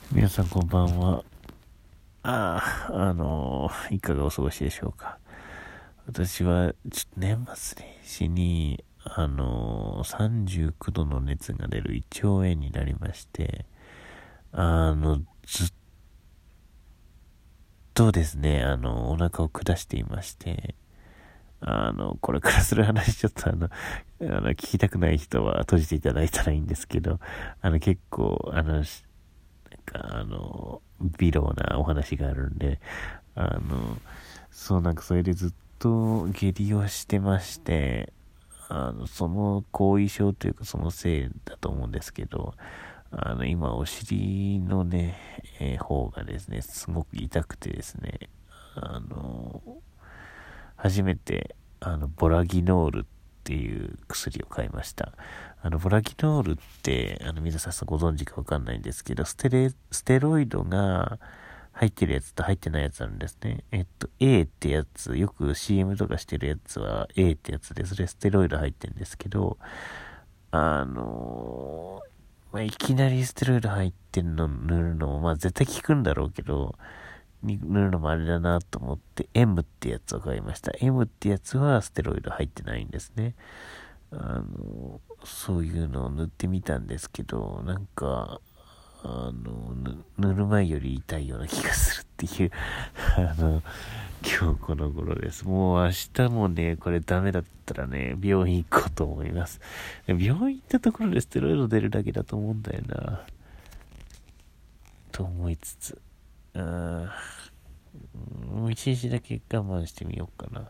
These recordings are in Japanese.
皆さんこんばんは。いかがお過ごしでしょうか。私は、年末年始に、39度の熱が出る胃腸炎になりまして、ずっとですね、お腹を下していまして、これからする話ちょっと聞きたくない人は閉じていただいたらいいんですけど、結構、微量なお話があるんで、それでずっと下痢をしてまして、その後遺症というかそのせいだと思うんですけど、今お尻のね、方がですね、すごく痛くてですね、初めて、ボラギノールっていう薬を買いました。ボラギノールって、皆さんご存知かわかんないんですけど、ステロイドが入ってるやつと入ってないやつあるんですね。A ってやつ、よく CM とかしてるやつは A ってやつで、それステロイド入ってるんですけど、いきなりステロイド入ってるの塗るのも、絶対効くんだろうけど、塗るのもあれだなと思って M ってやつを買いました。M ってやつはステロイド入ってないんですね。そういうのを塗ってみたんですけど、塗る前より痛いような気がするっていう、今日この頃です。もう明日もね、これダメだったらね、病院行こうと思います。病院行ったところでステロイド出るだけだと思うんだよな。と思いつつ。もう一日だけ我慢してみようかな。い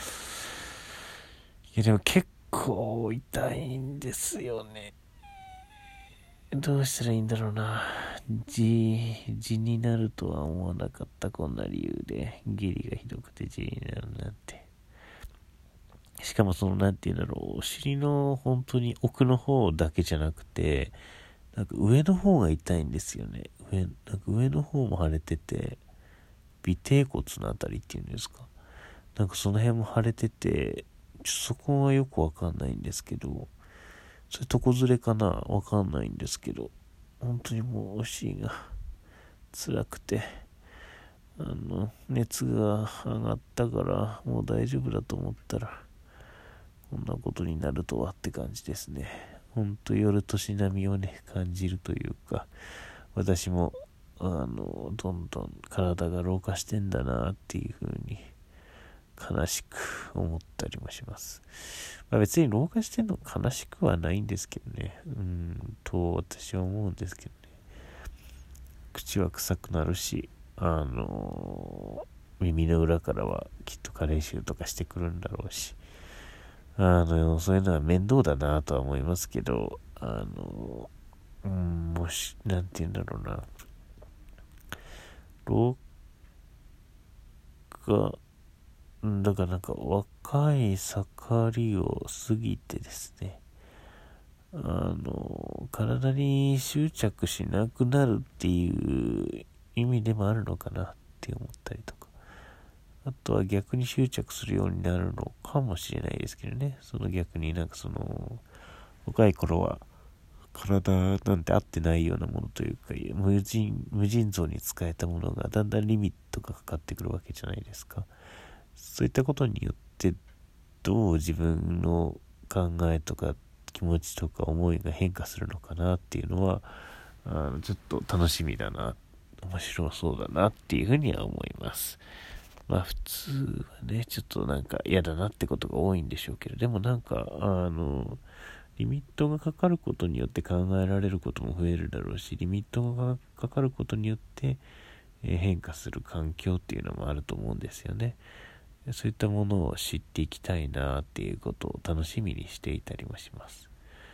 やでも結構痛いんですよね。どうしたらいいんだろうな。痔になるとは思わなかった。こんな理由で下痢がひどくて痔になるなんて。しかもなんて言うんだろう、お尻の本当に奥の方だけじゃなくて、上の方が痛いんですよね。上の方も腫れてて、尾てい骨のあたりっていうんですか。その辺も腫れてて、そこはよくわかんないんですけど、それ床ずれかなわかんないんですけど、本当にもうお尻が辛くて、熱が上がったからもう大丈夫だと思ったら、こんなことになるとはって感じですね。本当夜年並みをね、感じるというか、私も、どんどん体が老化してんだなっていう風に悲しく思ったりもします。別に老化してんの悲しくはないんですけどね。と私は思うんですけどね。口は臭くなるし、耳の裏からはきっと加齢臭とかしてくるんだろうし、そういうのは面倒だなとは思いますけど、もし、なんて言うんだろうな。老化、だから若い盛りを過ぎてですね、体に執着しなくなるっていう意味でもあるのかなって思ったりとか、あとは逆に執着するようになるのかもしれないですけどね。逆に若い頃は体なんて合ってないようなものというか、無尽蔵に使えたものがだんだんリミットがかかってくるわけじゃないですか。そういったことによってどう自分の考えとか気持ちとか思いが変化するのかなっていうのは、ちょっと楽しみだな、面白そうだなっていうふうには思います。普通はね、ちょっと嫌だなってことが多いんでしょうけど、でもリミットがかかることによって考えられることも増えるだろうし、リミットがかかることによって、変化する環境っていうのもあると思うんですよね。そういったものを知っていきたいなっていうことを楽しみにしていたりもします。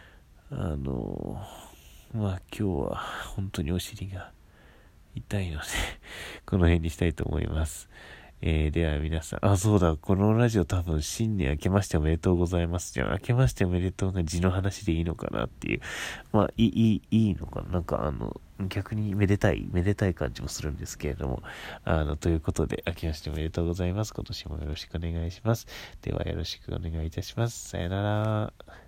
今日は本当にお尻が痛いのでこの辺にしたいと思います。では皆さん、そうだ、このラジオ多分新年明けましておめでとうございますじゃん。明けましておめでとうが字の話でいいのかなっていう。いいのかな。逆にめでたい感じもするんですけれども。ということで、明けましておめでとうございます。今年もよろしくお願いします。ではよろしくお願いいたします。さよなら。